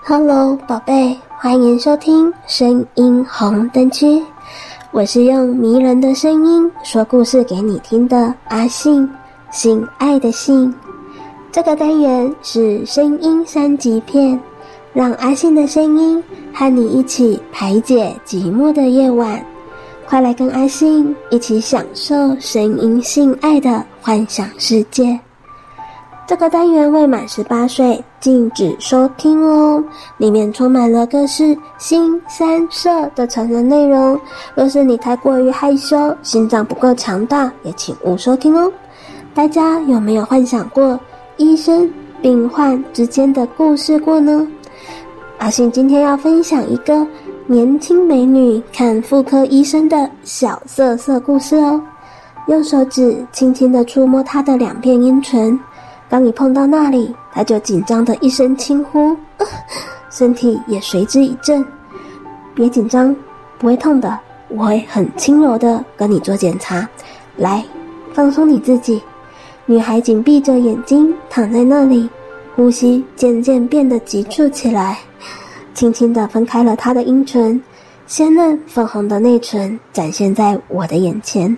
Hello， 宝贝，欢迎收听声音红灯区。我是用迷人的声音说故事给你听的阿信，性爱的性。这个单元是声音三级片，让阿信的声音和你一起排解寂寞的夜晚。快来跟阿信一起享受声音性爱的幻想世界。这个单元未满18岁禁止收听哦，里面充满了各式腥羶色的成人内容，若是你太过于害羞，心脏不够强大，也请勿收听哦。大家有没有幻想过医生病患之间的故事过呢？阿信今天要分享一个年轻美女看妇科医生的小色色故事哦。用手指轻轻地触摸她的2片阴唇，当你碰到那里，她就紧张的一声轻呼，身体也随之一震。别紧张，不会痛的，我会很轻柔的跟你做检查。来，放松你自己。女孩紧闭着眼睛躺在那里，呼吸渐渐变得急促起来，轻轻地分开了她的阴唇，鲜嫩粉红的内唇展现在我的眼前。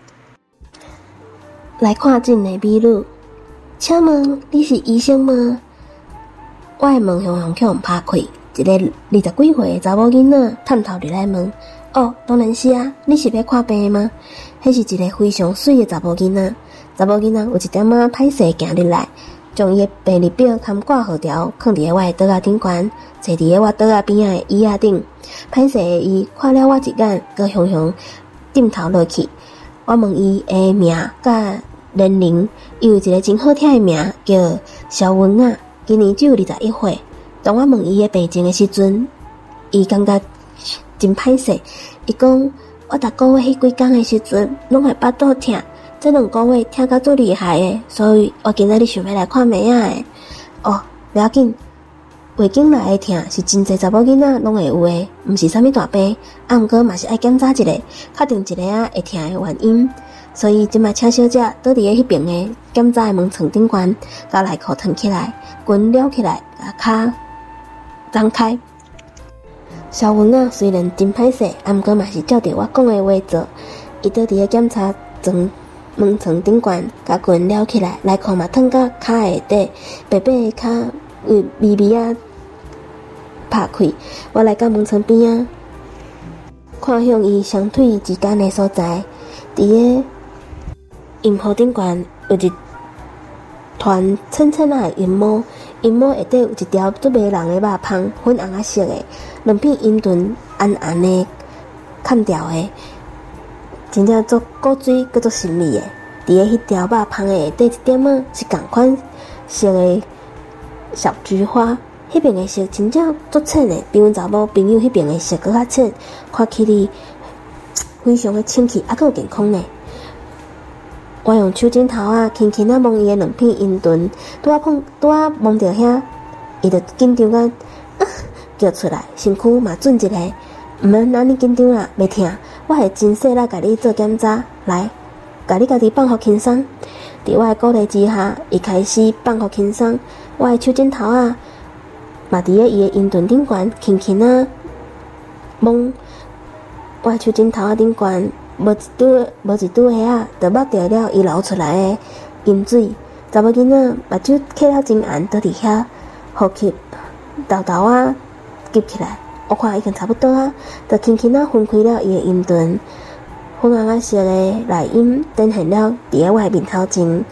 来看进的秘鲁，请问你是医生吗？我的门雄雄去拍开，一个20几岁的查某囡仔探头入来问：哦，当然是啊，你是要看病吗？迄是一个非常水的查某囡仔。查某囡仔有一点仔歹势行入来，将伊的病历表含挂号条放伫我的桌仔顶悬，坐伫我桌仔边仔的椅仔顶。歹势的伊看了我一眼，佮雄雄点头落去。我问伊的名甲年龄，伊有一个真好听的名叫小文啊，今年只有21岁。当我问伊的病情的时阵，伊感觉真歹势。伊讲我逐个月迄几天的时阵，拢会巴肚痛，这2个月痛到最厉害的，所以我今仔日想要来看病仔的。哦，不要紧，月经来的痛是真侪查某囡仔拢会有的，毋是啥物大病，毋过嘛是爱检查一下，确定一个会痛的原因。所以今摆请小姐倒伫迄边的检查的门床顶悬，把内裤脱起来，裙撩起来，把骹张开。小文啊，虽然真歹势，毋过嘛是照着我讲的话做。伊倒伫检查门床顶悬，把裙撩起来，内裤嘛脱到骹下底，白白的骹微微啊拍开。我来到门床边啊，看向伊双腿之间的所在，伫个阴毛顶悬有一团浅浅的阴毛，阴毛下底有一条足迷人的肉芳，粉红啊色的，2片阴唇暗暗的砍掉的，真正足古水佮足神秘的。伫个迄条肉芳的下底一点仔是同款色的小菊花，迄边的色真正足浅的，比阮查某朋友迄边的色佮较浅，看起来非常的清气，佮有健康呢。我用手指头啊，轻轻啊摸伊的2片阴唇，拄啊摸到遐，伊就紧张啊，叫出来，身躯嘛转一下，毋免安尼紧张啦，袂痛。我会真细力甲你做检查，来，甲你家己放互轻松。伫我的鼓励之下，伊开始放互轻松。我的手指头啊，嘛伫伊的阴唇顶悬，轻轻啊摸。我的手指头啊顶悬。无一拄下啊，就目着了伊流出来的阴水。查某囡仔目睭开了真红，倒伫遐呼吸，豆豆啊急起来。我看已经差不多啊，就轻轻啊分开了伊的阴唇，粉红啊色的内阴展现了伫个我的面头前。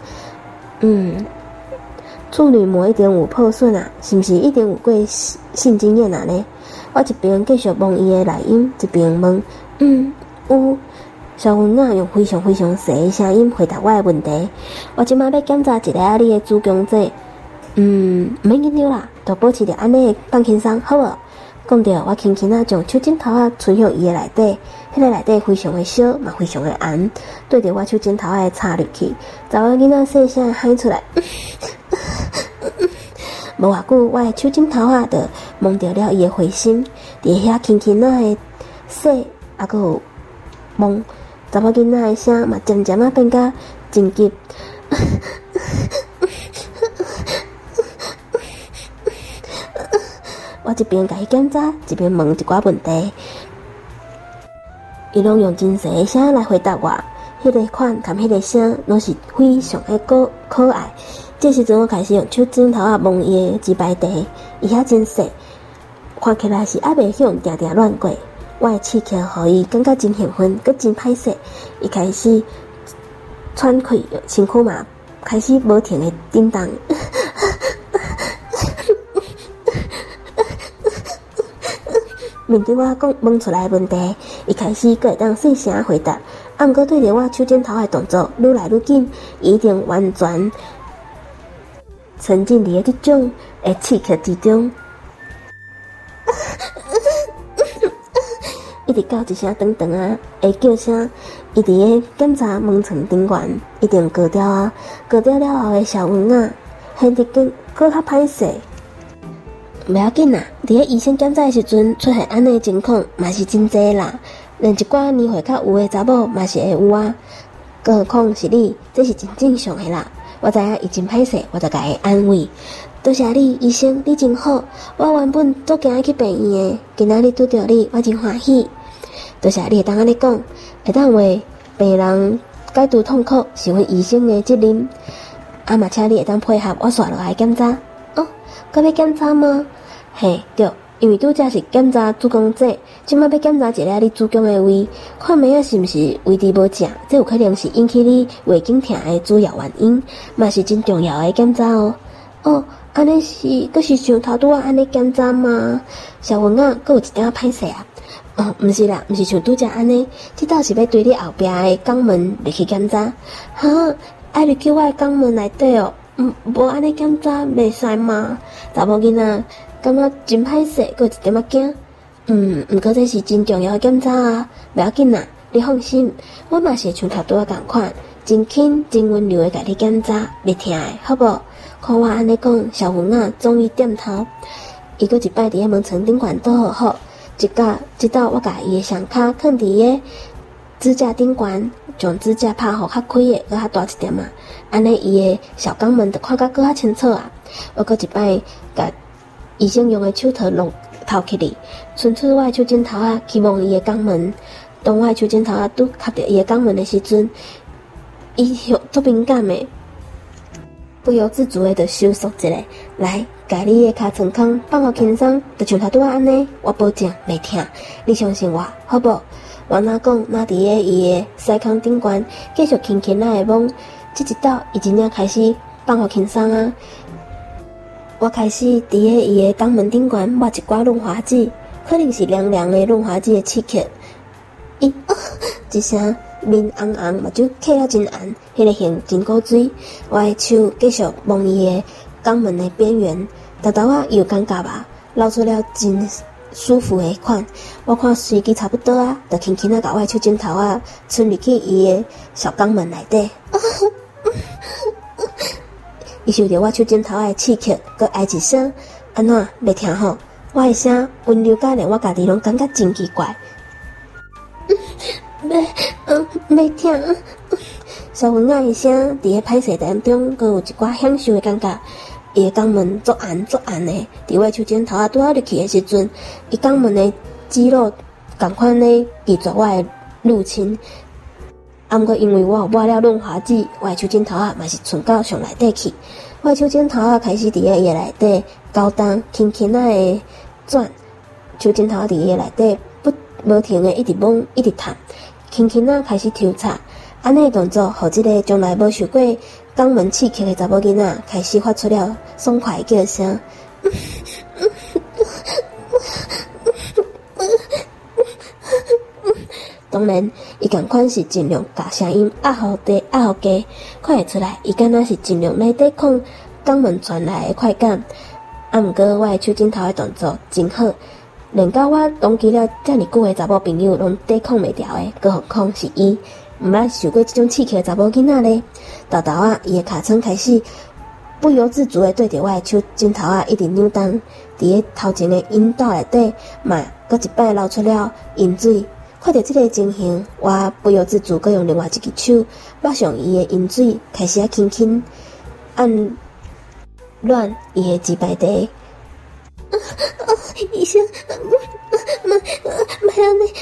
处女膜一定有破损啊，是毋是一定有过性经验啊呢？我一边继续摸伊的内阴，一边问，有。小文啊，用非常非常细的声音回答我的问题。我即摆要检查一下你的子宫颈，毋免紧张啦，就保持着安尼放轻松，好无？讲着，我轻轻啊将手指头啊伸向伊的内底，迄个内底非常的小，嘛非常的红，对着我手指头啊插入去，查某囡仔细声喊出来，无偌久，我的手指头啊就摸着了伊的回心，伫遐轻轻啊的洗，还佫有摸。查某囡仔的声嘛渐渐啊变甲真急， 我一边甲伊检查，一边问一寡问题。伊拢用真实的声来回答我，迄个款含迄个声，拢是非常的可爱。这时阵我开始用手指头摸伊的鸡排地，伊遐真细，看起来是还袂向定定乱过。我的刺激互伊感觉真兴奋，佮真歹势。伊开始喘气，身躯嘛开始无停的震动。面对我讲问出来的问题，伊开始佫会当细声回答，毋过对着我手指头的动作愈来愈紧，伊一定完全沉浸伫即种的刺激之中。一直到一声长长的叫声，伊伫个检查门床顶悬，一定割掉割掉了后的小蚊显得佫较歹势。不要紧啦，伫个医生检查的时阵出现安尼的情况，嘛是真济啦。连一寡年岁较有的查某嘛是会有更何况是你，这是真正常的啦。我知影伊真歹势，我就甲伊安慰。多谢你，医生，你真好。我原本都惊去病院的，今仔日拄着你，我真欢喜。多谢你会当安尼讲，会当为病人解除痛苦，是阮医生的责任。嘛请你会当配合我刷落来检查。哦，搁要检查吗？嘿，对，因为拄则是检查子宫颈，即摆要检查一下你子宫的位，看妹仔是毋是位置无正，这有可能是引起你月经痛的主要原因，嘛是真重要的检查哦。哦，安尼是，佫是像头拄安尼检查吗？小文佫有一点歹势啊。哦，毋是啦，毋是像拄则安尼，这倒是要对你后壁的肛门入去检查。哈，爱入去我的肛门内底哦。无安尼检查袂使吗？查某囡仔感觉真歹势，佫有一点仔惊。毋过这是真重要的检查啊，袂要紧啦，你放心，我嘛是像头拄共款，真轻真温柔的甲你检查，袂疼的，好无？看我安尼讲，小云终于点头。伊佫一摆伫个门床顶悬倒好，直到我甲伊的双骹放伫个支架顶悬，将支架拍互较开的，佫较大一点嘛。安尼伊的小肛门就看甲佫较清楚啊。我佫一摆甲医生用的手套弄头起哩，伸出我的手指头去摸伊的肛门。当我的手指头拄卡着伊的肛门的时阵，伊足敏感的，不由自主的就收缩一下，来，甲你的尻川孔放互轻松，就像头拄安尼，我保证袂疼，你相信我，好无？我哪讲，哪伫个伊的腮孔顶悬，继续轻轻的摸，这一道伊真正开始放互轻松啊！我开始伫个伊的肛门顶悬抹一寡润滑剂，可能是凉凉的润滑剂的刺激。伊一声面红红，目睭刻了真红，迄个形真古锥。我的手继续摸伊的肛门的边缘，豆豆有感觉吧，露出了真舒服的款。我看时机差不多就轻轻甲我的手指头伸入去伊的小肛门内底。伊受着我手指头的刺激，佮哀一声，安怎袂听吼？我的声温柔甲连我家己拢感觉真奇怪。袂听。小云的声伫个歹势当中，佮有一寡享受的感觉。伊的肛门足红足红的，伫我手指头拄入去的时阵，伊肛门的肌肉共款咧拒绝我的入侵。毋过因为我有抹了润滑剂，我的手指头嘛是伸到上内底去。我的手指头开始伫个伊内底勾动，轻轻的转，手指头伫伊内底无停的一直摸一直探，轻轻开始抽插。安尼动作，互即个从来无受过肛门刺激的查某囡仔开始发出了爽快的叫声。当然，伊共款是尽量把声音压好低、压好低，看会出来，伊敢若是尽量来抵抗肛门传来的快感。毋过我的手指头的动作真好，连到我同期了遮尔久的查某朋友拢抵抗袂掉的，更何况是伊，毋捌受过这种刺激的查某囡仔咧。豆豆伊的尻川开始不由自主的对着我的手指头一直扭动，伫个头前的阴道内底嘛，搁一摆流出了饮水。看到这个情形，我不由自主搁用另外一只手抹上伊的饮水，开始轻轻按乱伊的鸡排地。 医生，莫安尼。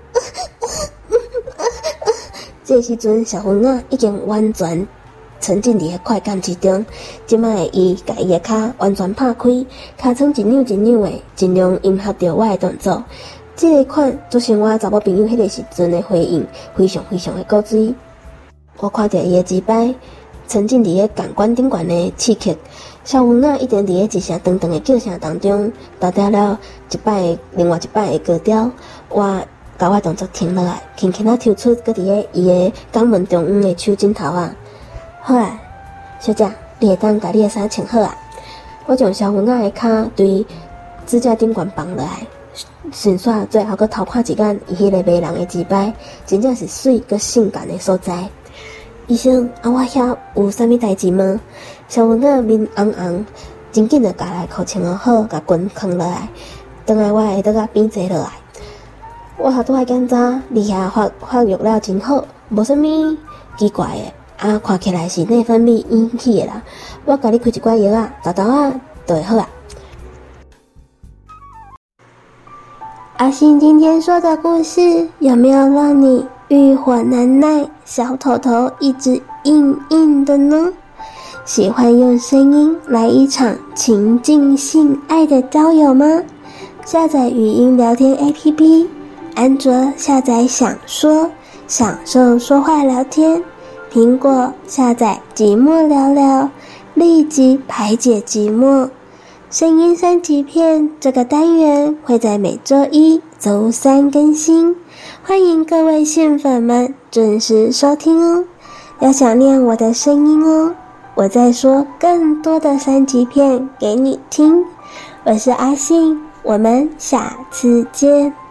这时阵，小云仔已经完全沉浸伫个快感之中。即摆伊甲伊个骹完全拍开，骹床一扭一扭的，尽量迎合着我的动作。这个款造成我查某朋友迄个时阵的回应非常非常的古锥。我看着伊的鸡摆沉浸伫个感官顶悬的刺激，小云仔一直伫个一声长长的叫声当中，达到了一摆另外一摆的高潮。我甲我动作停落来，轻轻抽出搁伫个伊的肛门中央的手指头啊。好啊，小姐，你会当甲你的衫穿好啊。我将小云仔的骹对指甲顶悬放落来，顺续最后搁偷看一眼伊迄个迷人的鸡摆，真正是水搁性感的所在。医生，我遐有啥物代志吗？小云仔面红红，真紧的甲来裤穿好，甲裙放落来，等下我会倒甲变坐落来。我拄仔检查，你遐发育了真好，无啥物奇怪的，看起来是内分泌引起的啦。我甲你开一寡药啊，豆豆啊就会好啊。阿信今天说的故事有没有让你欲火难耐，小头头一直硬硬的呢？喜欢用声音来一场情境性爱的交友吗？下载语音聊天 APP， 安卓下载享说，享受说话聊天，苹果下载寂寞聊聊，立即排解寂寞。声音三级片这个单元会在每周一、周三更新，欢迎各位信粉们准时收听哦。要想念我的声音哦，我再说更多的三级片给你听。我是阿信，我们下次见。